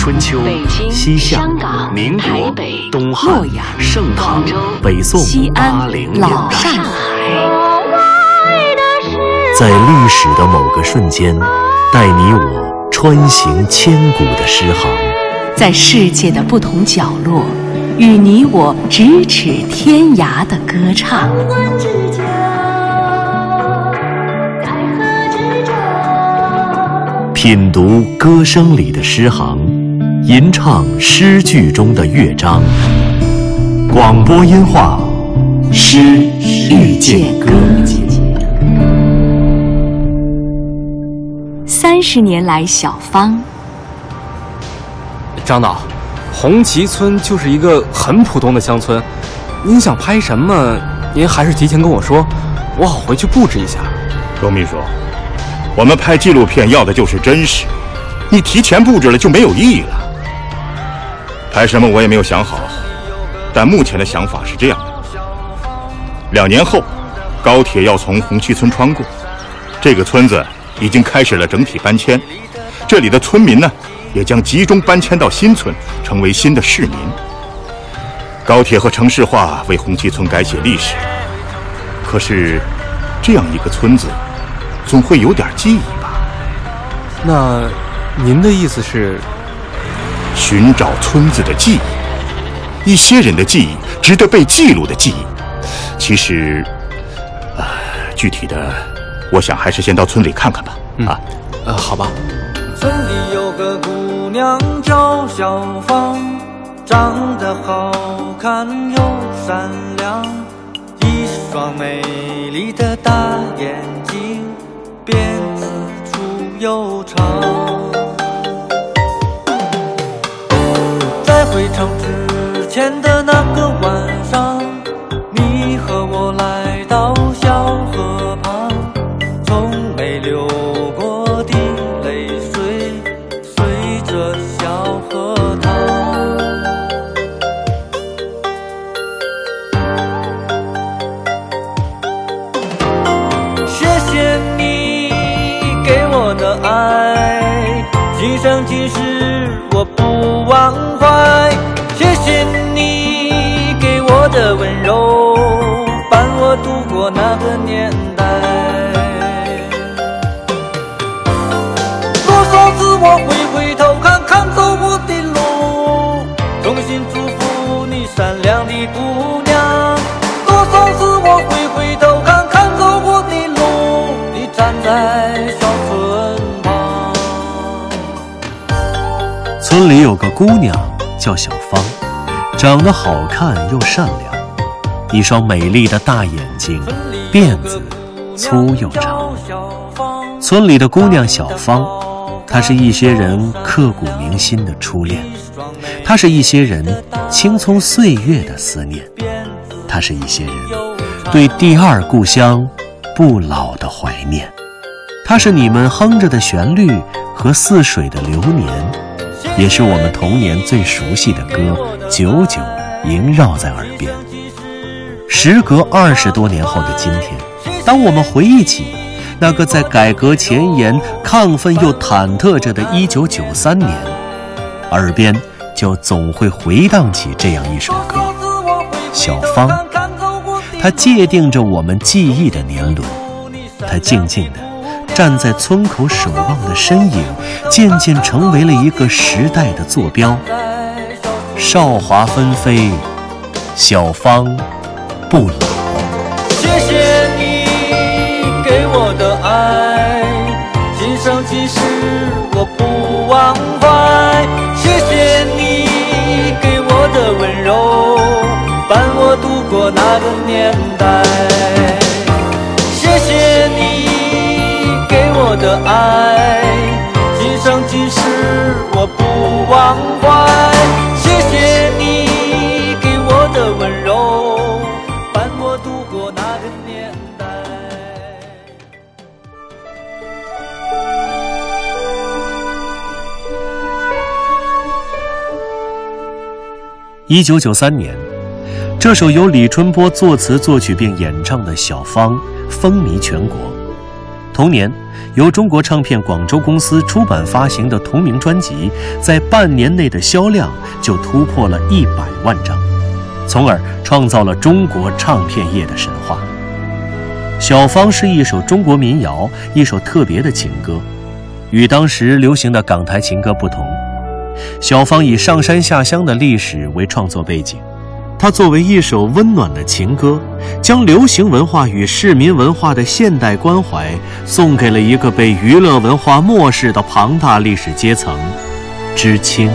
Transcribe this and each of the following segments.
春秋、西夏、民国、东汉、盛唐、北宋、 西安、 巴陵、 老上海。 在历史的某个瞬间，带你我穿行千古的诗行， 在世界的不同角落，与你我咫尺天涯的歌唱。 品读歌声里的诗行，吟唱诗句中的乐章。广播音画，诗遇见歌。 30年来，小芳。 张导，红旗村就是一个很普通的乡村，您想拍什么，您还是提前跟我说，我好回去布置一下。 周秘书，我们拍纪录片要的就是真实，你提前布置了就没有意义了。拍什么我也没有想好，但目前的想法是这样的：2年后，高铁要从红旗村穿过，这个村子已经开始了整体搬迁，这里的村民呢，也将集中搬迁到新村，成为新的市民。高铁和城市化为红旗村改写历史，可是这样一个村子总会有点记忆吧？ 那您的意思是， 寻找村子的记忆，一些人的记忆，值得被记录的记忆。其实，具体的，我想还是先到村里看看吧。 好吧。 村里有个姑娘叫小芳，长得好看又善良，一双美丽的大眼睛，辫子粗又长。在回城之前的那个晚上，你和我来到小河旁，从没流过的泪水随着小河淌。谢谢你给我的爱，今生今世我不忘怀。谢谢你给我的温柔，伴我度过那个年代。多少次我会回头看看走我的路，衷心祝福你善良的姑娘。多少次我会回头看看走我的路，你站在小村旁。 村里有个姑娘叫小芳，长得好看又善良，一双美丽的大眼睛，辫子粗又长。村里的姑娘小芳，她是一些人刻骨铭心的初恋，她是一些人青葱岁月的思念，她是一些人对第二故乡不老的怀念，她是你们哼着的旋律和似水的流年，也是我们童年最熟悉的歌，久久萦绕在耳边。时隔20多年后的今天，当我们回忆起那个在改革前沿亢奋又忐忑着的1993年，耳边就总会回荡起这样一首歌。小芳，她界定着我们记忆的年轮，她静静地站在村口守望的身影，渐渐成为了一个时代的坐标。韶华纷飞，小芳不老。 谢谢你给我的爱，今生今世我不忘怀。谢谢你给我的温柔，伴我度过那个年代。谢谢你给我的爱，今生今世我不忘怀。谢谢你给我的温柔，伴我度过那个年代。 1993年，这首由李春波作词作曲并演唱的《小芳》风靡全国。同年， 由中国唱片广州公司出版发行的同名专辑，在半年内的销量就突破了100万张，从而创造了中国唱片业的神话。小芳是一首中国民谣，一首特别的情歌，与当时流行的港台情歌不同。小芳以上山下乡的历史为创作背景，它作为一首温暖的情歌，将流行文化与市民文化的现代关怀送给了一个被娱乐文化漠视的庞大历史阶层——知青。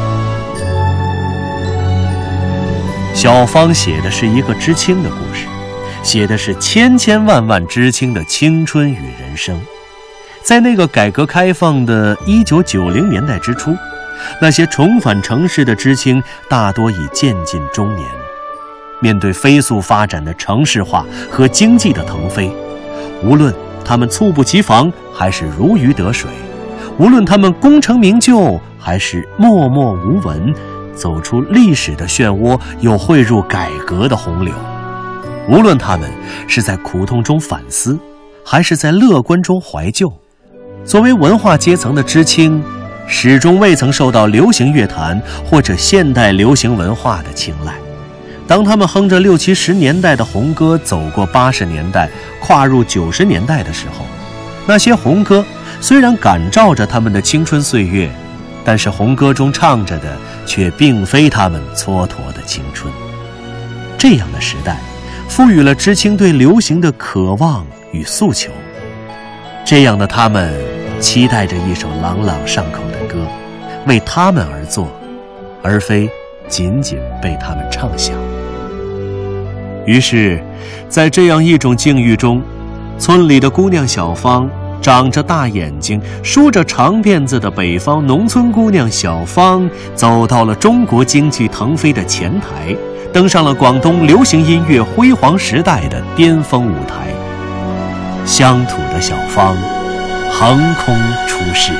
小芳写的是一个知青的故事，写的是千千万万知青的青春与人生。在那个改革开放的1990年代之初，那些重返城市的知青大多已渐近中年，面对飞速发展的城市化和经济的腾飞，无论他们猝不及防还是如鱼得水，无论他们功成名就还是默默无闻，走出历史的漩涡又汇入改革的洪流，无论他们是在苦痛中反思还是在乐观中怀旧，作为文化阶层的知青始终未曾受到流行乐坛或者现代流行文化的青睐。当他们哼着60、70年代的红歌走过80年代，跨入90年代的时候，那些红歌虽然感召着他们的青春岁月，但是红歌中唱着的却并非他们蹉跎的青春。这样的时代赋予了知青对流行的渴望与诉求，这样的他们期待着一首朗朗上口的歌，为他们而作，而非仅仅被他们唱响。于是在这样一种境遇中，村里的姑娘小芳，长着大眼睛梳着长辫子的北方农村姑娘小芳，走到了中国经济腾飞的前台，登上了广东流行音乐辉煌时代的巅峰舞台。乡土的小芳横空出世。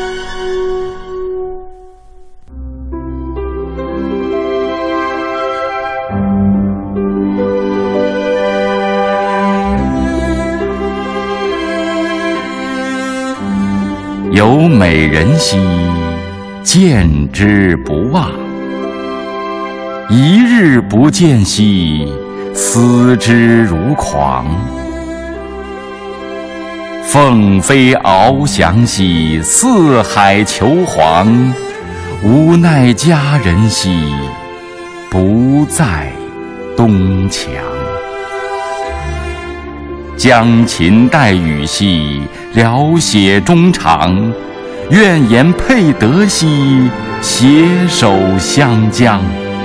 有美人兮，见之不忘；一日不见兮，思之如狂。凤飞翱翔兮，四海求凰；无奈佳人兮，不在东墙。将琴代语兮，聊写衷肠；愿言配得兮，携手相将。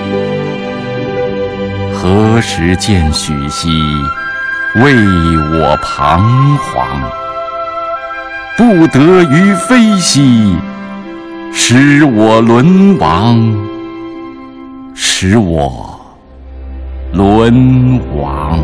何时见许兮，为我彷徨；不得于飞兮，使我沦亡，使我沦亡。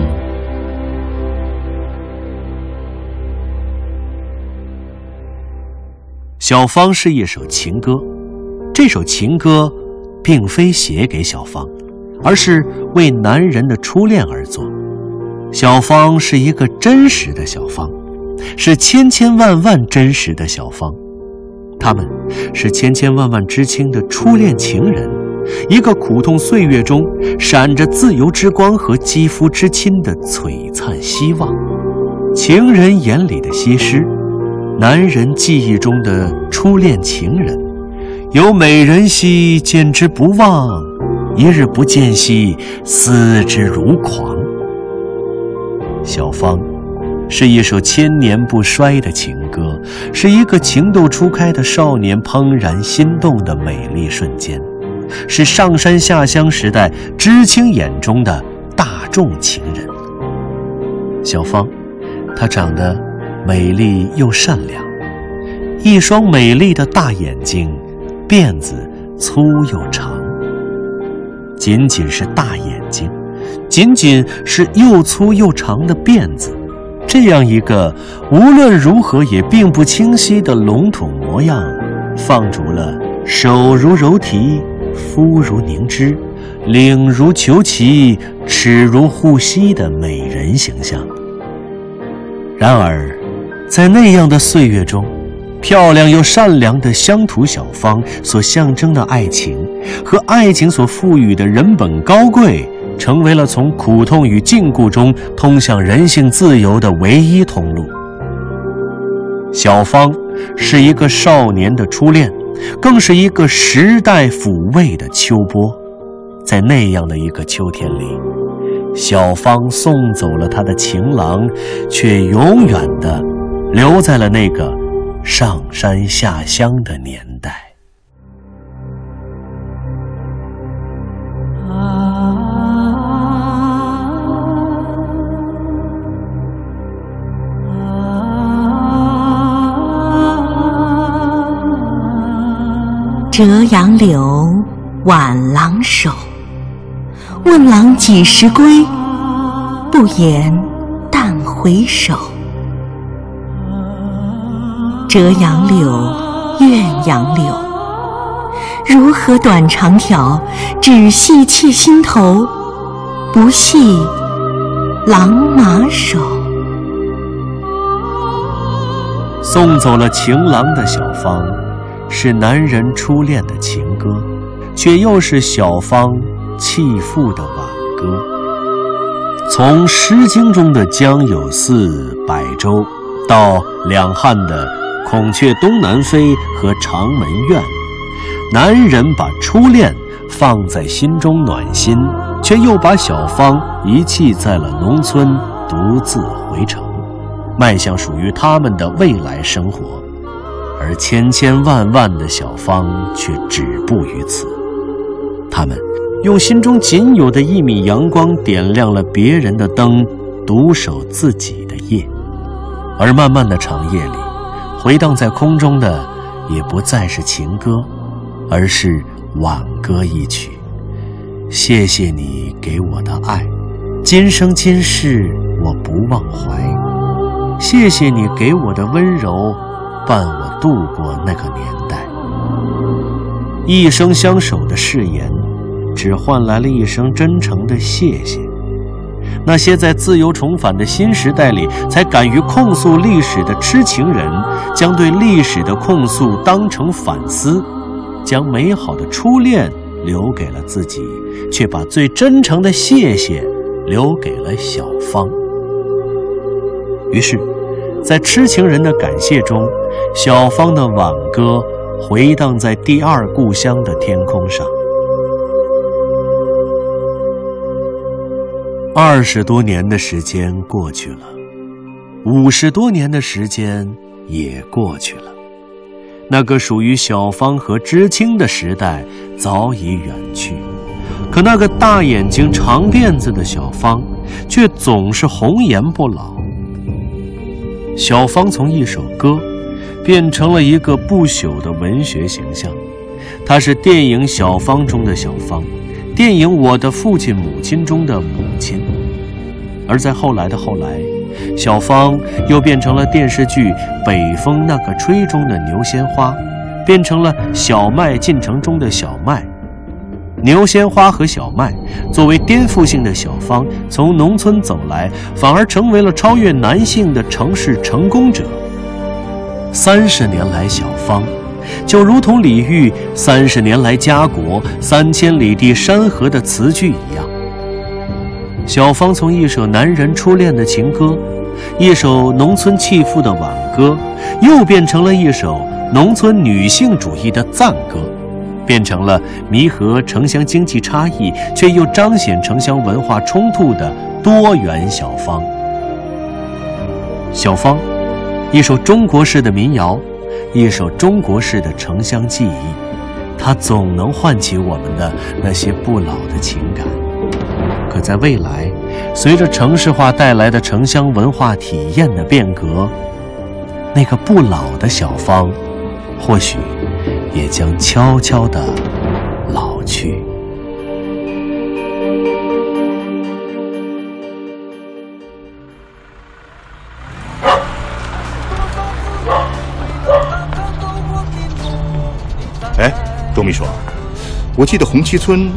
小芳是一首情歌，这首情歌并非写给小芳，而是为男人的初恋而作。小芳是一个真实的小芳，是千千万万真实的小芳，他们是千千万万知青的初恋情人，一个苦痛岁月中闪着自由之光和肌肤之亲的璀璨希望。情人眼里的西施，男人记忆中的初恋情人。有美人兮，见之不忘；一日不见兮，思之如狂。小芳是一首千年不衰的情歌，是一个情窦初开的少年怦然心动的美丽瞬间，是上山下乡时代知青眼中的大众情人。小芳，她长得美丽又善良，一双美丽的大眼睛，辫子粗又长。仅仅是大眼睛，仅仅是又粗又长的辫子，这样一个无论如何也并不清晰的笼统模样，放逐了手如柔荑，肤如凝脂，领如虬蛴，齿如护膝的美人形象。然而在那样的岁月中，漂亮又善良的乡土小芳所象征的爱情和爱情所赋予的人本高贵，成为了从苦痛与禁锢中通向人性自由的唯一通路。小芳是一个少年的初恋，更是一个时代抚慰的秋波。在那样的一个秋天里，小芳送走了她的情郎，却永远地留在了那个上山下乡的年代。 折杨柳，挽郎手。问郎几时归？不言但回首。折杨柳，怨杨柳。如何短长条，只系妾心头，不系郎马手。 送走了情郎的小芳，是男人初恋的情歌，却又是小芳弃妇的挽歌。从《诗经》中的江有四、百舟，到两汉的孔雀东南飞和长门怨，男人把初恋放在心中暖心，却又把小芳遗弃在了农村，独自回城，迈向属于他们的未来生活。而千千万万的小芳却止步于此，他们用心中仅有的一米阳光点亮了别人的灯，独守自己的夜。而漫漫的长夜里，回荡在空中的也不再是情歌，而是挽歌一曲。谢谢你给我的爱，今生今世我不忘怀。谢谢你给我的温柔，伴我度过那个年代。一生相守的誓言，只换来了一声真诚的谢谢。那些在自由重返的新时代里才敢于控诉历史的痴情人，将对历史的控诉当成反思，将美好的初恋留给了自己，却把最真诚的谢谢留给了小芳。于是在痴情人的感谢中，小芳的挽歌回荡在第二故乡的天空上。20多年的时间过去了，50多年的时间也过去了，那个属于小芳和知青的时代早已远去，可那个大眼睛长辫子的小芳却总是红颜不老。小芳从一首歌变成了一个不朽的文学形象，她是电影《小芳》中的小芳，电影《我的父亲母亲》中的母亲。而在后来的后来，小芳又变成了电视剧《北风那个吹》中的牛鲜花，变成了小麦进城中的小麦。牛鲜花和小麦作为颠覆性的小芳从农村走来，反而成为了超越男性的城市成功者。30年来小芳就如同李煜30年来家国3000里地山河的词句一样。小芳从一首男人初恋的情歌，一首农村弃妇的挽歌，又变成了一首农村女性主义的赞歌，变成了弥合城乡经济差异却又彰显城乡文化冲突的多元小芳。小芳，一首中国式的民谣，一首中国式的城乡记忆，它总能唤起我们的那些不老的情感。可在未来，随着城市化带来的城乡文化体验的变革，那个不老的小芳或许也将悄悄地老去。 哎，周秘书，我记得红旗村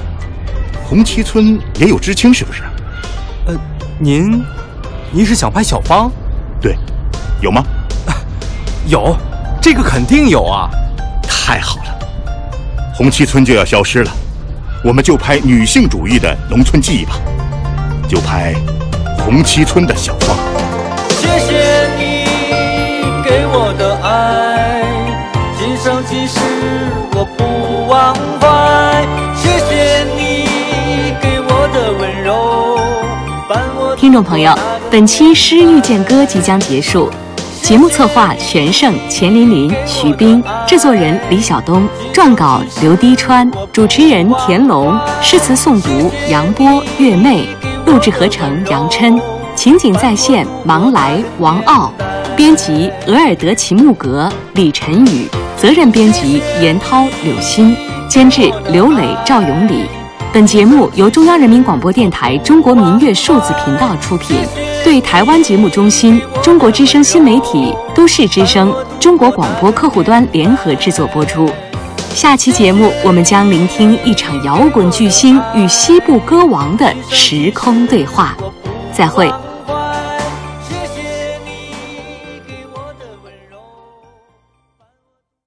也有知青，是不是？ 您是想拍小芳？ 对， 有吗？ 有，这个肯定有啊！ 太好了，红旗村就要消失了，我们就拍女性主义的农村记忆吧，就拍红旗村的小芳。 谢谢你给我的爱，今生今世我不忘怀。谢谢你给我的温柔。 听众朋友，本期《诗遇见歌》即将结束。节目策划全胜、钱琳琳、徐冰，制作人李晓东，撰稿刘滴川，主持人田龙，诗词诵读杨波、月妹，录制合成杨琛，情景再现芒来、王傲，编辑额尔德齐木格、李晨宇，责任编辑严涛、柳鑫，监制刘磊、赵永礼。本节目由中央人民广播电台中国民乐数字频道出品，对台湾节目中心、中国之声新媒体、都市之声、中国广播客户端联合制作播出。下期节目我们将聆听一场摇滚巨星与西部歌王的时空对话。再会。